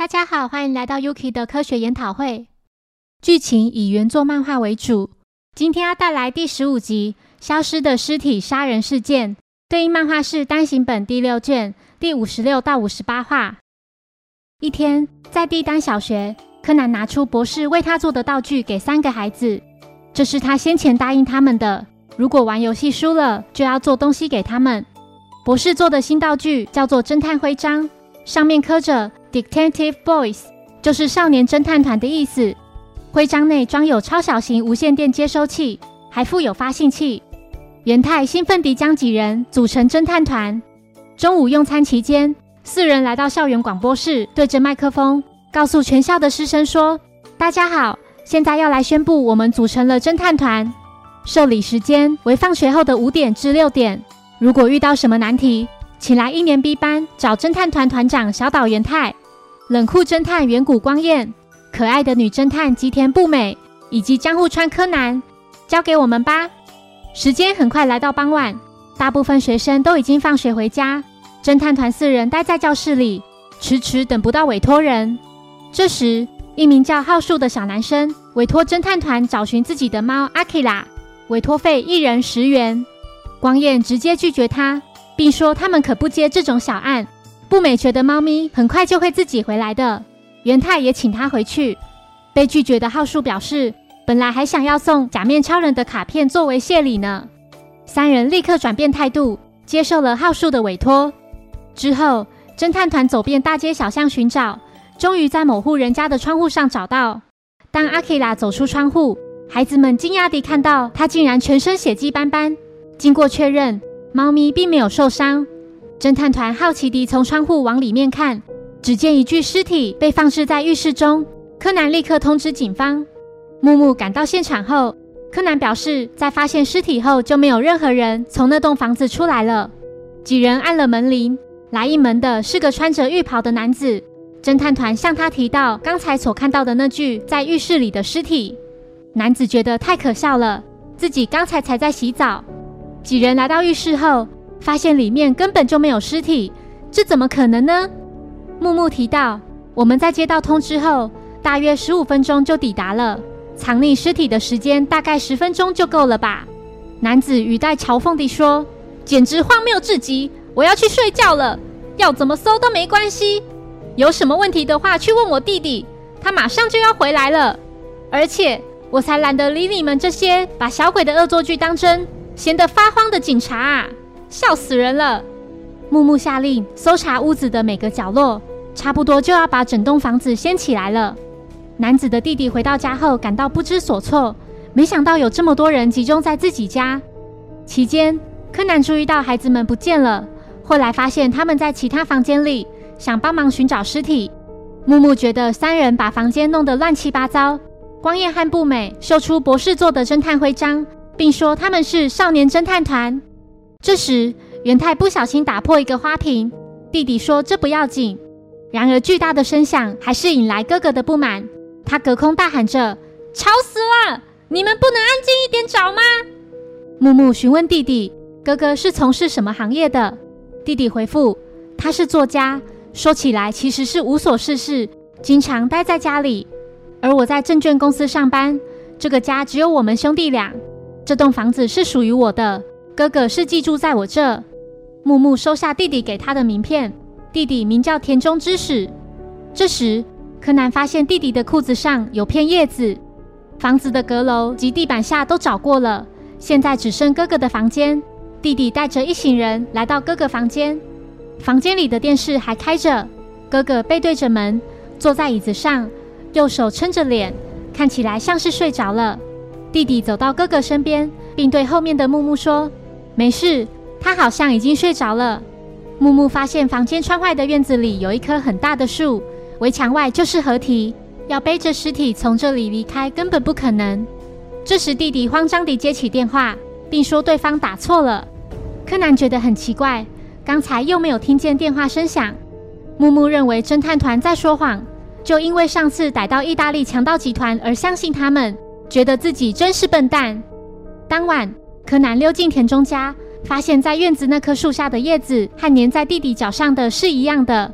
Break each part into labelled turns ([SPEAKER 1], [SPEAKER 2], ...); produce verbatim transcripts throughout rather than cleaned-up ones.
[SPEAKER 1] 大家好，欢迎来到 Yuki 的科学研讨会。剧情以原作漫画为主，今天要带来第十五集《消失的尸体杀人事件》，对应漫画是单行本第六卷第五十六到五十八话。一天，在帝丹小学，柯南拿出博士为他做的道具给三个孩子，这是他先前答应他们的，如果玩游戏输了，就要做东西给他们。博士做的新道具叫做侦探徽章，上面刻着 Detective Boys， 就是少年侦探团的意思。徽章内装有超小型无线电接收器，还附有发信器。元太兴奋地将几人组成侦探团。中午用餐期间，四人来到校园广播室，对着麦克风告诉全校的师生说：大家好，现在要来宣布我们组成了侦探团。受理时间为放学后的五点至六点。如果遇到什么难题，请来一年 B 班找侦探团团长小岛元太、冷酷侦探远古光彦、可爱的女侦探吉田步美以及江户川柯南，交给我们吧。时间很快来到傍晚，大部分学生都已经放学回家，侦探团四人待在教室里，迟迟等不到委托人。这时，一名叫浩树的小男生委托侦探团找寻自己的猫阿基拉，委托费一人十元。光彦直接拒绝他，并说他们可不接这种小案。步美觉得猫咪很快就会自己回来的，元太也请他回去。被拒绝的浩树表示，本来还想要送假面超人的卡片作为谢礼呢。三人立刻转变态度，接受了浩树的委托。之后，侦探团走遍大街小巷寻找，终于在某户人家的窗户上找到。当阿基拉走出窗户，孩子们惊讶地看到他竟然全身血迹斑斑。经过确认，猫咪并没有受伤。侦探团好奇地从窗户往里面看，只见一具尸体被放置在浴室中。柯南立刻通知警方。木木赶到现场后，柯南表示在发现尸体后就没有任何人从那栋房子出来了。几人按了门铃，来应门的是个穿着浴袍的男子。侦探团向他提到刚才所看到的那具在浴室里的尸体。男子觉得太可笑了，自己刚才才在洗澡。几人来到浴室后，发现里面根本就没有尸体，这怎么可能呢？木木提到，我们在接到通知后，大约十五分钟就抵达了，藏匿尸体的时间大概十分钟就够了吧？男子语带嘲讽地说，简直荒谬至极，我要去睡觉了，要怎么搜都没关系。有什么问题的话，去问我弟弟，他马上就要回来了。而且，我才懒得理你们这些把小鬼的恶作剧当真闲得发慌的警察啊，笑死人了。木木下令搜查屋子的每个角落，差不多就要把整栋房子掀起来了。男子的弟弟回到家后感到不知所措，没想到有这么多人集中在自己家。期间，柯南注意到孩子们不见了，后来发现他们在其他房间里，想帮忙寻找尸体。木木觉得三人把房间弄得乱七八糟。光彦和步美秀出博士做的侦探徽章，并说他们是少年侦探团。这时，元太不小心打破一个花瓶，弟弟说这不要紧。然而巨大的声响还是引来哥哥的不满，他隔空大喊着，吵死了，你们不能安静一点找吗？木木询问弟弟，哥哥是从事什么行业的？弟弟回复，他是作家，说起来其实是无所事事，经常待在家里。而我在证券公司上班，这个家只有我们兄弟俩，这栋房子是属于我的，哥哥是寄住在我这。木木收下弟弟给他的名片，弟弟名叫田中之始。这时，柯南发现弟弟的裤子上有片叶子。房子的阁楼及地板下都找过了，现在只剩哥哥的房间。弟弟带着一行人来到哥哥房间，房间里的电视还开着，哥哥背对着门，坐在椅子上，右手撑着脸，看起来像是睡着了。弟弟走到哥哥身边，并对后面的木木说，没事，他好像已经睡着了。木木发现房间窗外的院子里有一棵很大的树，围墙外就是河堤，要背着尸体从这里离开根本不可能。这时弟弟慌张地接起电话，并说对方打错了。柯南觉得很奇怪，刚才又没有听见电话声响。木木认为侦探团在说谎，就因为上次逮到意大利强盗集团而相信他们，觉得自己真是笨蛋。当晚，柯南溜进田中家，发现在院子那棵树下的叶子和粘在弟弟脚上的是一样的。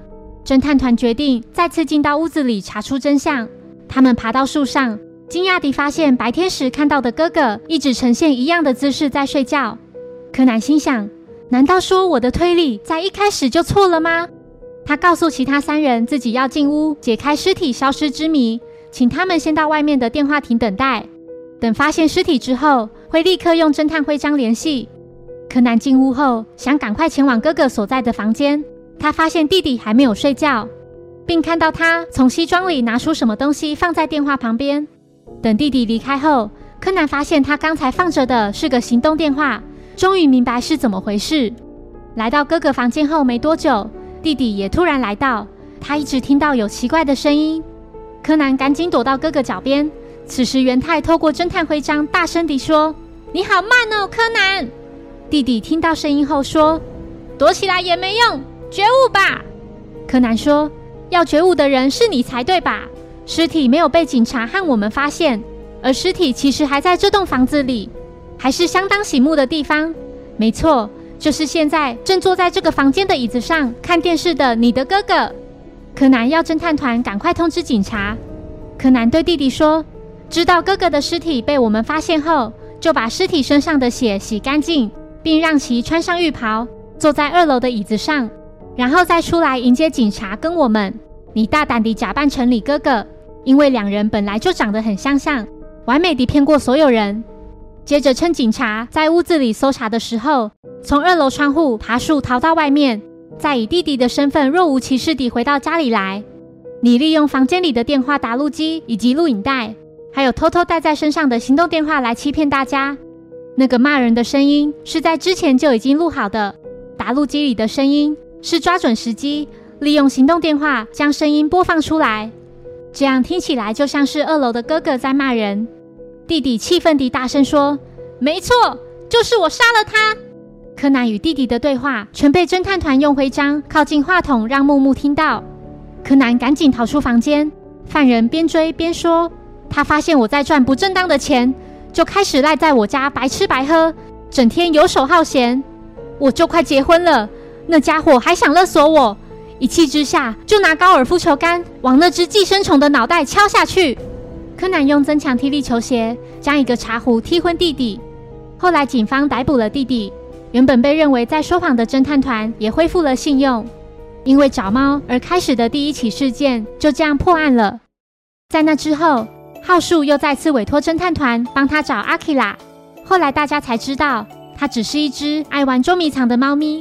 [SPEAKER 1] 侦探团决定再次进到屋子里查出真相。他们爬到树上，惊讶地发现白天时看到的哥哥一直呈现一样的姿势在睡觉。柯南心想，难道说我的推理在一开始就错了吗？他告诉其他三人自己要进屋解开尸体消失之谜，请他们先到外面的电话亭等待，等发现尸体之后会立刻用侦探徽章联系。柯南进屋后想赶快前往哥哥所在的房间，他发现弟弟还没有睡觉，并看到他从西装里拿出什么东西放在电话旁边。等弟弟离开后，柯南发现他刚才放着的是个行动电话，终于明白是怎么回事。来到哥哥房间后没多久，弟弟也突然来到，他一直听到有奇怪的声音。柯南赶紧躲到哥哥脚边，此时元太透过侦探徽章大声地说：你好慢哦，柯南。弟弟听到声音后说：躲起来也没用，觉悟吧。柯南说：要觉悟的人是你才对吧？尸体没有被警察和我们发现，而尸体其实还在这栋房子里，还是相当醒目的地方。没错，就是现在正坐在这个房间的椅子上看电视的你的哥哥。柯南要侦探团赶快通知警察。柯南对弟弟说：知道哥哥的尸体被我们发现后，就把尸体身上的血洗干净，并让其穿上浴袍，坐在二楼的椅子上，然后再出来迎接警察跟我们。你大胆地假扮成你哥哥，因为两人本来就长得很相像，完美地骗过所有人。接着趁警察在屋子里搜查的时候，从二楼窗户爬树逃到外面，再以弟弟的身份若无其事地回到家里来。你利用房间里的电话答录机以及录影带，还有偷偷带在身上的行动电话来欺骗大家。那个骂人的声音是在之前就已经录好的，答录机里的声音是抓准时机，利用行动电话将声音播放出来，这样听起来就像是二楼的哥哥在骂人。弟弟气愤地大声说：没错，就是我杀了他。柯南与弟弟的对话全被侦探团用徽章靠近话筒让木木听到。柯南赶紧逃出房间，犯人边追边说：他发现我在赚不正当的钱，就开始赖在我家白吃白喝，整天游手好闲。我就快结婚了，那家伙还想勒索我，一气之下就拿高尔夫球杆往那只寄生虫的脑袋敲下去。柯南用增强踢力球鞋将一个茶壶踢昏弟弟。后来警方逮捕了弟弟，原本被认为在说谎的侦探团也恢复了信用。因为找猫而开始的第一起事件就这样破案了。在那之后，浩树又再次委托侦探团帮他找阿基拉，后来大家才知道它只是一只爱玩捉迷藏的猫咪。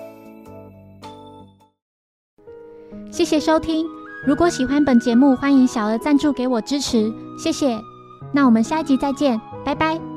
[SPEAKER 1] 谢谢收听，如果喜欢本节目，欢迎小额赞助给我支持，谢谢。那我们下一集再见，拜拜。